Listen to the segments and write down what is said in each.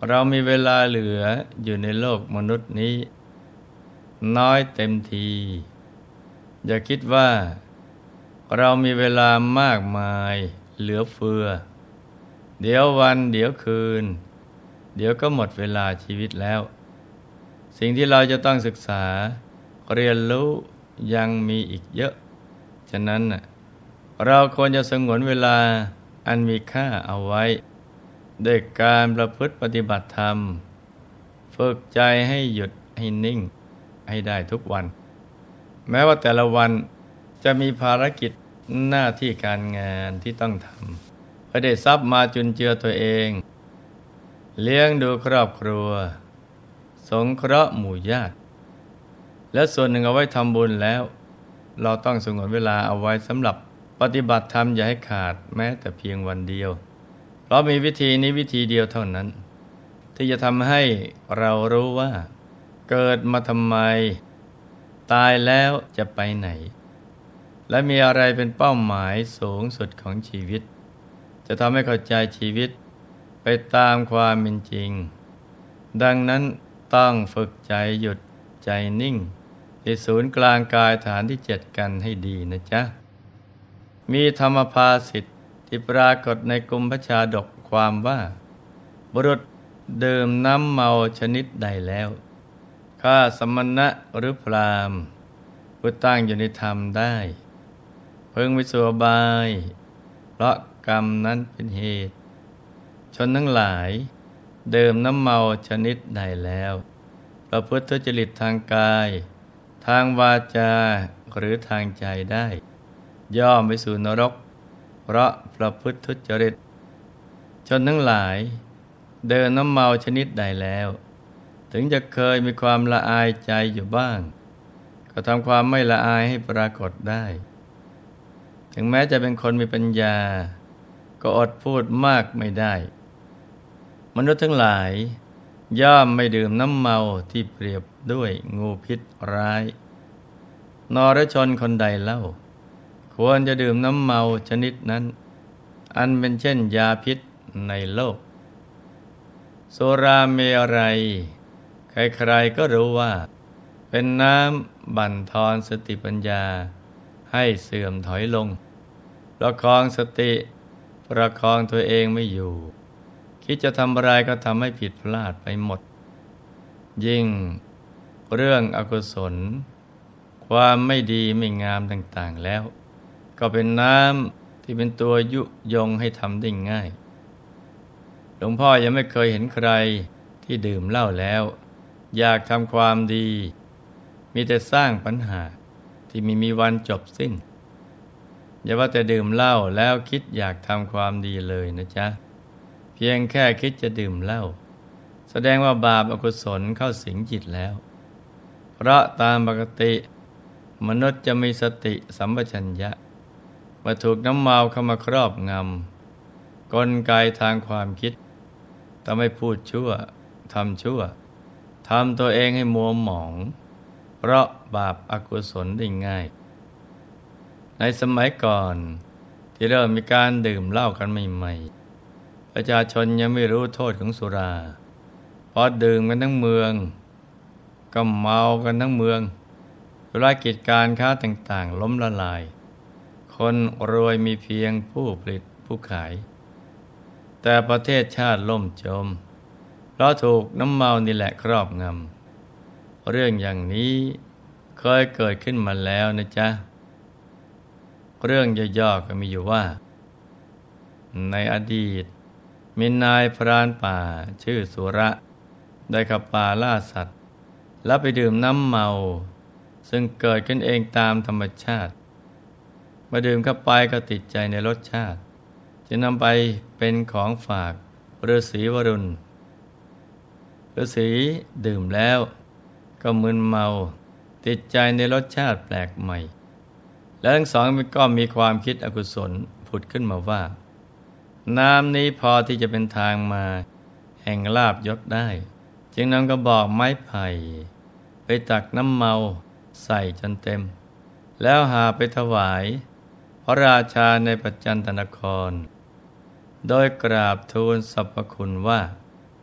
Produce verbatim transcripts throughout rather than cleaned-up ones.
เรามีเวลาเหลืออยู่ในโลกมนุษย์นี้น้อยเต็มที อย่าคิดว่าเรามีเวลามากมายเหลือเฟือเดี๋ยววันเดี๋ยวคืนเดี๋ยวก็หมดเวลาชีวิตแล้ว สิ่งที่เราจะต้องศึกษาเรียนรู้ยังมีอีกเยอะฉะนั้นเราควรจะสงวนเวลาอันมีค่าเอาไว้ด้วยการประพฤติปฏิบัติธรรมฝึกใจให้หยุดให้นิ่งให้ได้ทุกวันแม้ว่าแต่ละวันจะมีภารกิจหน้าที่การงานที่ต้องทำเพื่อได้ทรัพย์มาจุนเจือตัวเองเลี้ยงดูครอบครัวสงเคราะห์หมู่ญาติและส่วนหนึ่งเอาไว้ทำบุญแล้วเราต้องสงวนเวลาเอาไว้สำหรับปฏิบัติธรรมอย่าให้ขาดแม้แต่เพียงวันเดียวเพราะมีวิธีนี้วิธีเดียวเท่านั้นที่จะทำให้เรารู้ว่าเกิดมาทำไมตายแล้วจะไปไหนและมีอะไรเป็นเป้าหมายสูงสุดของชีวิตจะทำให้เข้าใจชีวิตไปตามความเป็นจริงดังนั้นต้องฝึกใจหยุดใจนิ่งที่ศูนย์กลางกายฐานที่เจ็ดกันให้ดีนะจ๊ะมีธรรมภาษิตที่ปรากฏในกุมภชาดกความว่าบุรุษดื่มน้ำเมาชนิดใดแล้วข้าสมณะหรือพราหมณ์ผู้ตั้งอยู่ในธรรมได้เพิ่งวิสุบายเพราะกรรมนั้นเป็นเหตุชนทั้งหลายดื่มน้ำเมาชนิดใดแล้วประพฤติทุจริตทางกายทางวาจาหรือทางใจได้ย่อมไปสู่นรกเพราะประพฤติทุจริตชนทั้งหลายเดินน้ำเมาชนิดใดแล้วถึงจะเคยมีความละอายใจอยู่บ้างก็ทำความไม่ละอายให้ปรากฏได้ถึงแม้จะเป็นคนมีปัญญาก็อดพูดมากไม่ได้มนุษย์ทั้งหลายย่อมไม่ดื่มน้ำเมาที่เปรียบด้วยงูพิษร้ายนรชนคนใดเล่าควรจะดื่มน้ำเมาชนิดนั้นอันเป็นเช่นยาพิษในโลกสุราเมรัยใครๆก็รู้ว่าเป็นน้ำบั่นทอนสติปัญญาให้เสื่อมถอยลงประคองสติประคองตัวเองไม่อยู่คิดจะทำอะไรก็ทำให้ผิดพลาดไปหมดยิ่งเรื่องอกุศลความไม่ดีไม่งามต่างๆแล้วก็เป็นน้ำที่เป็นตัวยุยงให้ทำได้ง่ายหลวงพ่อยังไม่เคยเห็นใครที่ดื่มเหล้าแล้วอยากทำความดีมีแต่สร้างปัญหาที่ไม่มีวันจบสิ้นอย่าว่าแต่ดื่มเหล้าแล้วคิดอยากทำความดีเลยนะจ๊ะเพียงแค่คิดจะดื่มเหล้าแสดงว่าบาปอกุศลเข้าสิงจิตแล้วเพราะตามปกติมนุษย์จะมีสติสัมปชัญญะเมื่อถูกน้ำเมาเข้ามาครอบงำกลไกทางความคิดทำให้พูดชั่วทำชั่วทำตัวเองให้มัวหมองเพราะบาปอกุศลได้ง่ายในสมัยก่อนที่เริ่มมีการดื่มเหล้ากันใหม่ๆประชาชนยังไม่รู้โทษของสุราพอดื่มกันทั้งเมืองก็เมากันทั้งเมืองธุรกิจการค้าต่างๆล้มละลายคนรวยมีเพียงผู้ผลิตผู้ขายแต่ประเทศชาติล่มจมเพราะถูกน้ำเมานี่แหละครอบงำเรื่องอย่างนี้เคยเกิดขึ้นมาแล้วนะจ๊ะเรื่องย่อๆก็มีอยู่ว่าในอดีตมีนายพรานป่าชื่อสุระได้ขับป่าล่าสัตว์แล้วไปดื่มน้ำเมาซึ่งเกิดขึ้นเองตามธรรมชาติเมื่อดื่มเข้าไปก็ติดใจในรสชาติจะนำไปเป็นของฝากฤาษีวรุณฤาษีดื่มแล้วก็มึนเมาติดใจในรสชาติแปลกใหม่และทั้งสองก็มีความคิดอกุศลผุดขึ้นมาว่าน้ำนี้พอที่จะเป็นทางมาแห่งลาภยศได้จึงนำกระบอกไม้ไผ่ไปตักน้ำเมาใส่จนเต็มแล้วหาไปถวายพระราชาในปัจจันตนครโดยกราบทูลสรรพคุณว่า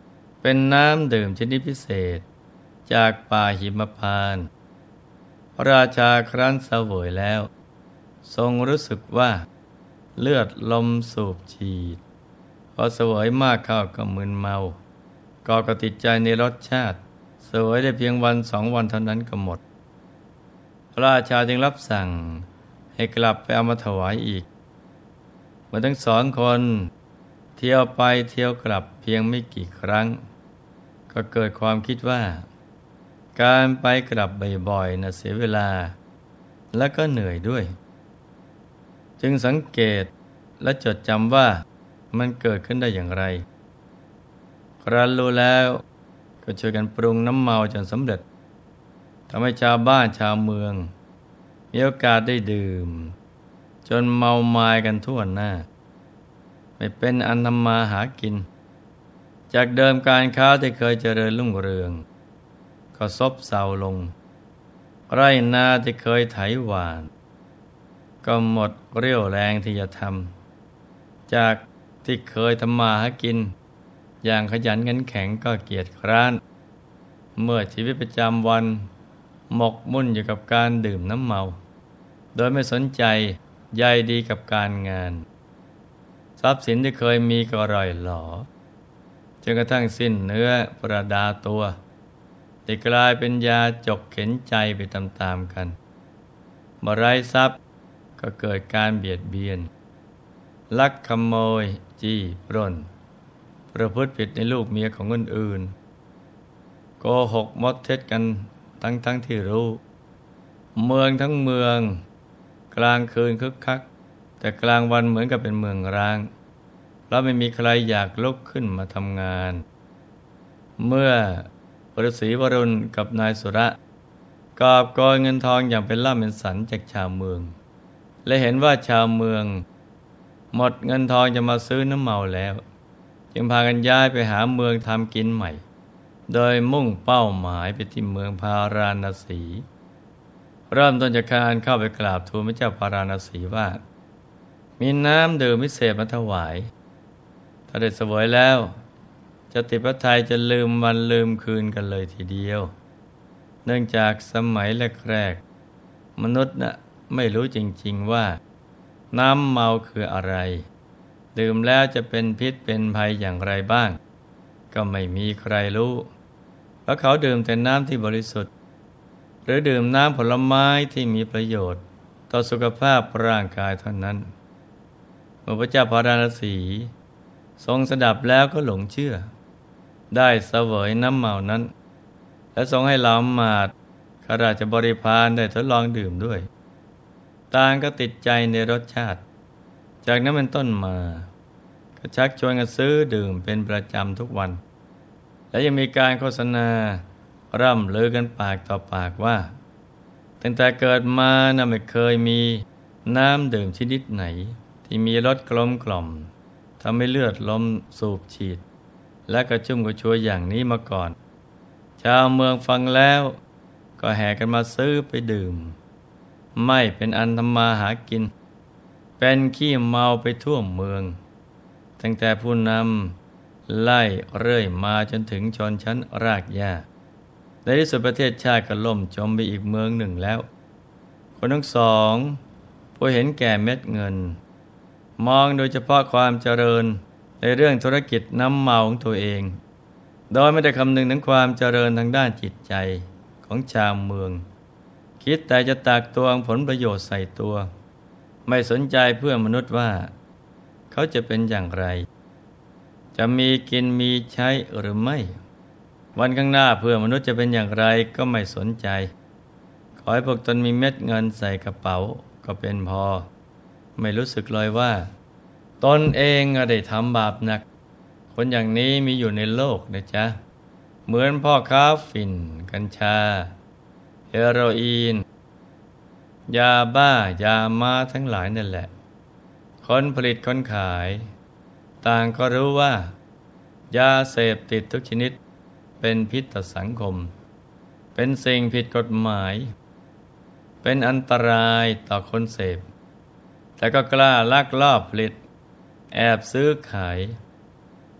เป็นน้ำดื่มชนิดพิเศษจากป่าหิมพานต์พระราชาครั้นเสวยแล้วทรงรู้สึกว่าเลือดลมสูบฉีดพอเสวยมากเข้าก็มึนเมาก็ก็ติดใจในรสชาติเสวยได้เพียงวันสองวันเท่านั้นก็หมดพระราชาจึงรับสั่งให้กลับไปเอามาถวายอีกเมื่อทั้งสองคนเที่ยวไปเที่ยวกลับเพียงไม่กี่ครั้งก็เกิดความคิดว่าการไปกลับบ่อยๆน่ะเสียเวลาและก็เหนื่อยด้วยจึงสังเกตและจดจำว่ามันเกิดขึ้นได้อย่างไรครั้นรู้แล้วก็ช่วยกันปรุงน้ำเมาจนสำเร็จทำให้ชาวบ้านชาวเมืองมีโอกาสได้ดื่มจนเมามายกันทั่วหน้าไม่เป็นอันทำมาหากินจากเดิมการค้าที่เคยเจริญรุ่งเรืองก็ซบเซาลงไร่นาที่เคยไถหว่านก็หมดเรี่ยวแรงที่จะทำจากที่เคยทำมาหากินอย่างขยันขันแข็งก็เกียจคร้านเมื่อชีวิตประจำวันหมกมุ่นอยู่กับการดื่มน้ำเมาโดยไม่สนใจใยดีกับการงานทรัพย์สินที่เคยมีก็ร่อยหรอจนกระทั่งสิ้นเนื้อประดาตัวได้กลายเป็นยาจกเข็นใจไปตามๆกันเมื่อไร้ทรัพย์ก็เกิดการเบียดเบียนลักขโมยจี้ปล้นประพฤติผิดในลูกเมียของคนอื่นโกหกมดเท็จกันทั้งทั้งที่รู้เมืองทั้งเมืองกลางคืนคึกคักแต่กลางวันเหมือนกับเป็นเมืองร้างเพราะไม่มีใครอยากลุกขึ้นมาทำงานเมื่อฤาษีวรุณกับนายสุระกอบโกยเงินทองอย่างเป็นล่ำเป็นสันจากชาวเมืองและเห็นว่าชาวเมืองหมดเงินทองจะมาซื้อน้ำเมาแล้วจึงพากันย้ายไปหาเมืองทำกินใหม่โดยมุ่งเป้าหมายไปที่เมืองพาราณสีเริ่มต้นจากการเข้าไปกราบทูลพระเจ้าพาราณสีว่ามีน้ำดื่มพิเศษมาถวายถ้าได้เสวยแล้วจะติดพระทัยจะลืมวันลืมคืนกันเลยทีเดียวเนื่องจากสมัยแรกๆมนุษย์น่ะไม่รู้จริงๆว่าน้ำเมาคืออะไรดื่มแล้วจะเป็นพิษเป็นภัยอย่างไรบ้างก็ไม่มีใครรู้เพราะเขาดื่มแต่น้ำที่บริสุทธิ์หรือดื่มน้ำผลไม้ที่มีประโยชน์ต่อสุขภาพร่างกายเท่านั้นเมื่อพระเจ้าพาราณสีทรงสดับแล้วก็หลงเชื่อได้เสวยน้ำเมานั้นและทรงให้เหล่ามาดข้าราชบริพารได้ทดลองดื่มด้วยต่างก็ติดใจในรสชาติจากนั้นเป็นต้นมาก็ชักชวนกันซื้อดื่มเป็นประจำทุกวันและยังมีการโฆษณาร่ำลือกันปากต่อปากว่าตั้งแต่เกิดมาน่ะไม่เคยมีน้ำดื่มชนิดไหนที่มีรสกลมกล่อมทำให้เลือดลมสูบฉีดและกระชุ่มกระชวยอย่างนี้มาก่อนชาวเมืองฟังแล้วก็แห่กันมาซื้อไปดื่มไม่เป็นอันทำมาหากินเป็นขี้เมาไปทั่วเมืองตั้งแต่ผู้นำไล่เรื่อยมาจนถึงชนชั้นรากหญ้าในที่สุดประเทศชาติก็ล่มจมไปอีกเมืองหนึ่งแล้วคนทั้งสองผู้เห็นแก่เม็ดเงินมองโดยเฉพาะความเจริญในเรื่องธุรกิจน้ำเมาของตัวเองโดยไม่ได้คำนึงถึงความเจริญทางด้านจิตใจของชาวเมืองคิดแต่จะตักตวงผลประโยชน์ใส่ตัวไม่สนใจเพื่อนมนุษย์ว่าเขาจะเป็นอย่างไรจะมีกินมีใช้หรือไม่วันข้างหน้าเพื่อนมนุษย์จะเป็นอย่างไรก็ไม่สนใจขอให้พวกตนมีเม็ดเงินใส่กระเป๋าก็เป็นพอไม่รู้สึกเลยว่าตนเองได้ทำบาปหนักคนอย่างนี้มีอยู่ในโลกนะจ๊ะเหมือนพ่อค้าฝิ่นกัญชาเฮโรอีนยาบ้ายาม้าทั้งหลายนั่นแหละคนผลิตคนขายต่างก็รู้ว่ายาเสพติดทุกชนิดเป็นพิษต่อสังคมเป็นสิ่งผิดกฎหมายเป็นอันตรายต่อคนเสพแต่ก็กล้าลักลอบผลิตแอบซื้อขาย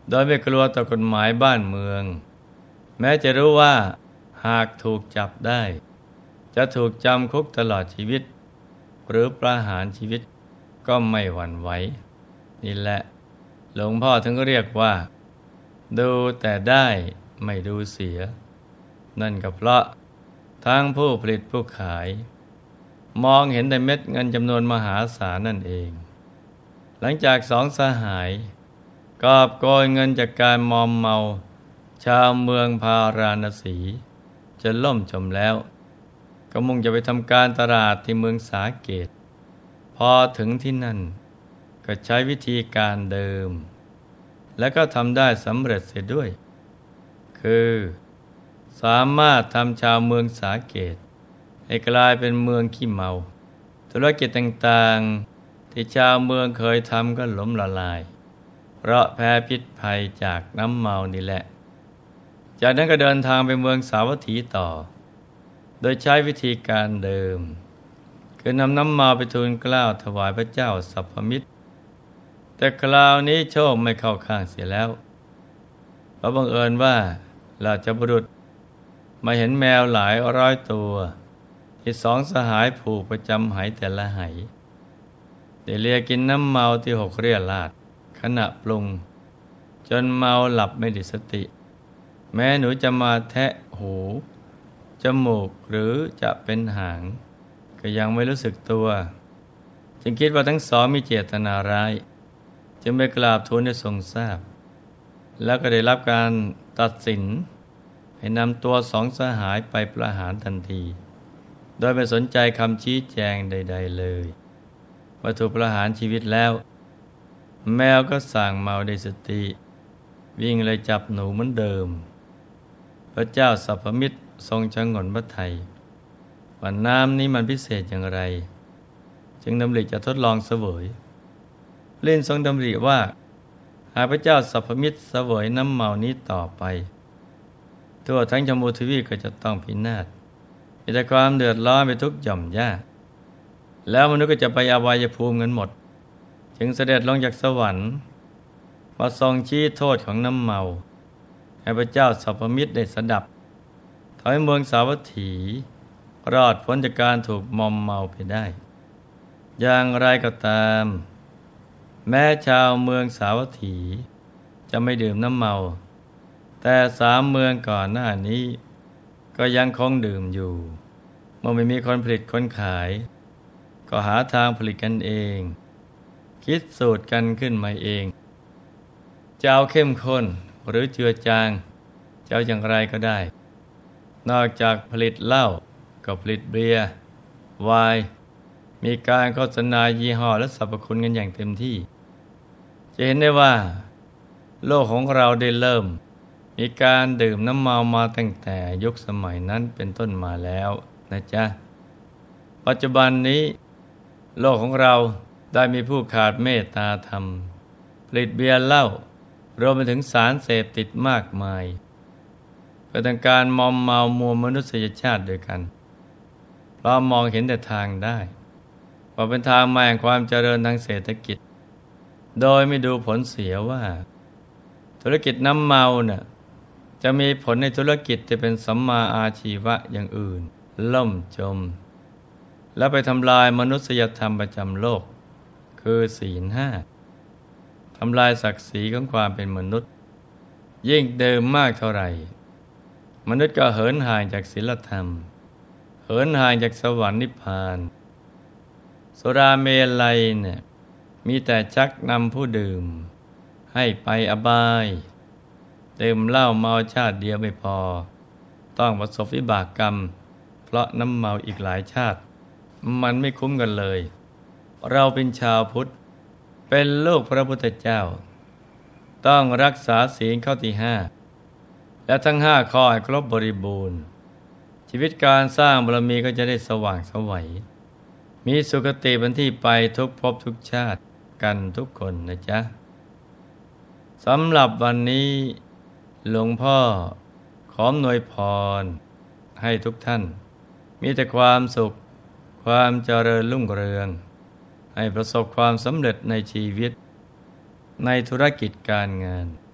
โดยไม่กลัวต่อกฎหมายบ้านเมืองแม้จะรู้ว่าหากถูกจับได้จะถูกจำคุกตลอดชีวิตหรือประหารชีวิตก็ไม่หวั่นไหวนี่แหละหลวงพ่อถึงเรียกว่าดูแต่ได้ไม่ดูเสียนั่นก็เพราะทั้งผู้ผลิตผู้ขายมองเห็นแต่เม็ดเงินจำนวนมหาศาลนั่นเองหลังจากสองสหายกอบโกยเงินจากการมอมเมาชาวเมืองพาราณสีจะล่มจมแล้วก็มุ่งจะไปทำการตลาดที่เมืองสาเกตพอถึงที่นั่นก็ใช้วิธีการเดิมและก็ทำได้สำเร็จเสียด้วยคือสามารถทำชาวเมืองสาเกตให้กลายเป็นเมืองขี้เมาธุรกิจต่างๆที่ชาวเมืองเคยทำก็ล้มละลายเพราะแพ้พิษภัยจากน้ำเมานี่แหละจากนั้นก็เดินทางไปเมืองสาวัตถีต่อโดยใช้วิธีการเดิมคือนำน้ำเมาไปทูลเกล้าถวายพระเจ้าสัพพมิตรแต่คราวนี้โชคไม่เข้าข้างเสียแล้วเพราะบังเอิญว่าราชบุรุษมาเห็นแมวหลายร้อยตัวที่สองสหายผูกประจำไหแต่ละไหได้เลียกินน้ำเมาที่หกเรียราดขณะปรุงจนเมาหลับไม่ได้สติแม้หนูจะมาแทะหูจมูกหรือจะเป็นหางก็ยังไม่รู้สึกตัวจึงคิดว่าทั้งสองมีเจตนาร้ายจึงไปกราบทูลให้ทรงทราบแล้วก็ได้รับการตัดสินให้นำตัวสองสหายไปประหารทันทีโดยไม่สนใจคำชี้แจงใดๆเลยว่าถูกประหารชีวิตแล้วแมวก็สั่งเมาได้สติวิ่งเลยจับหนูเหมือนเดิมพระเจ้าสัพพมิตรทรงชงนพระทัยว่าน้ำนี้มันพิเศษอย่างไรจึงดำริจะทดลองเสวยเล่นทรงดำริว่าหากพระเจ้าสัพพมิตรเสวยน้ำเมานี้ต่อไปทั่วทั้งชมพูทวีปก็จะต้องพินาศมีแต่ความเดือดร้อนไปทุกหย่อมหญ้าแล้วมนุษย์ก็จะไปอบายภูมิกันหมดจึงเสด็จลงจากสวรรค์มาทรงชี้โทษของน้ำเมาให้พระเจ้าสัพพมิตรได้สดับทำให้เมืองสาวัตถีรอดพ้นจากการถูกมอมเมาไปได้อย่างไรก็ตามแม้ชาวเมืองสาวัตถีจะไม่ดื่มน้ำเมาแต่สามเมืองก่อนหน้านี้ก็ยังคงดื่มอยู่เมื่อไม่มีคนผลิตคนขายก็หาทางผลิตกันเองคิดสูตรกันขึ้นมาเองจะเอาเข้มข้นหรือเจือจางจะเอาอย่างไรก็ได้นอกจากผลิตเหล้าก็ผลิตเบียร์ไวน์มีการโฆษณายี่ห้อและสรรพคุณกันอย่างเต็มที่จะเห็นได้ว่าโลกของเราได้เริ่มมีการดื่มน้ำเมามาตั้งแต่ยุคสมัยนั้นเป็นต้นมาแล้วนะจ๊ะปัจจุบันนี้โลกของเราได้มีผู้ขาดเมตตาธรรมผลิตเบียร์เหล้ารวมไปถึงสารเสพติดมากมายเพื่อต้องการมอมเมามวลมนุษยชาติด้วยกันเพราะมองเห็นแต่ทางได้ว่าเป็นทางมาแห่งความเจริญทางเศรษฐกิจโดยไม่ดูผลเสียว่าธุรกิจน้ำเมาน่ะจะมีผลในธุรกิจจะเป็นสัมมาอาชีวะอย่างอื่นล่มจมและไปทำลายมนุษยธรรมประจำโลกคือศีลห้าทำลายศักดิ์ศรีของความเป็นมนุษย์ยิ่งเดิมมากเท่าไหร่มนุษย์ก็เหินห่างจากศีลธรรมเหินห่างจากสวรรค์นิพพานสุราเมลัยเนี่ยมีแต่ชักนำผู้ดื่มให้ไปอบายดื่มเหล้าเมาชาติเดียวไม่พอต้องประสบวิบากกรรมเพราะน้ำเมาอีกหลายชาติมันไม่คุ้มกันเลยเราเป็นชาวพุทธเป็นลูกพระพุทธเจ้าต้องรักษาศีลข้อที่ห้าและทั้งห้าข้อให้ครบบริบูรณ์ชีวิตการสร้างบารมีก็จะได้สว่างไสวมีสุคติเป็นที่ไปทุกภพทุกชาติกันทุกคนนะจ๊ะสำหรับวันนี้หลวงพ่อขออำนวยพรให้ทุกท่านมีแต่ความสุขความเจริญรุ่งเรืองให้ประสบความสำเร็จในชีวิตในธุรกิจการงาน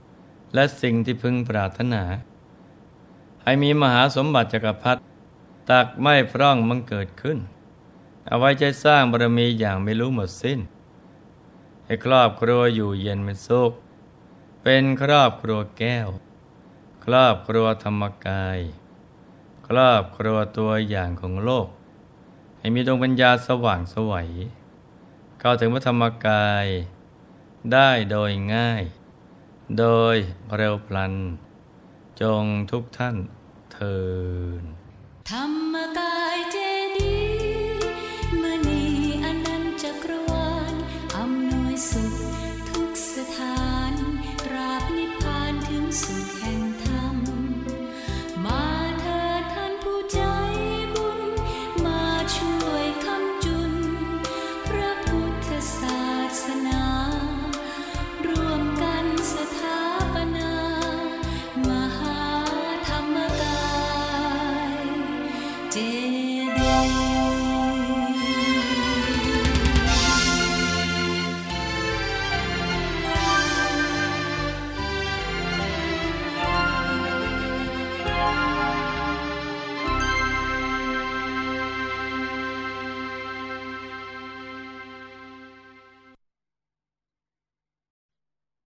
และสิ่งที่พึงปรารถนาให้มีมหาสมบัติจักรพรรดิตักไม่พร่องบังเกิดขึ้นเอาไว้ใจสร้างบารมีอย่างไม่รู้หมดสิ้นให้ครอบครัวอยู่เย็นเป็นสุขเป็นครอบครัวแก้วครอบครัวธรรมกายครอบครัวตัวอย่างของโลกให้มีดวงปัญญาสว่างไสวเข้าถึงพระธรรมกายได้โดยง่ายโดยเร็วพลันจงทุกท่านเทินธรรมกายเจดีย์มณีอนันตจักรวาลอำนวยสุขทุกสถานตราบนิพพานถึงสุขแห่งธรรมมาเถิดท่านผู้ใจบุญมาช่วยคำจุนพระพุทธศาสนาร่วมกันสถาปนามหาธรรมกายเจ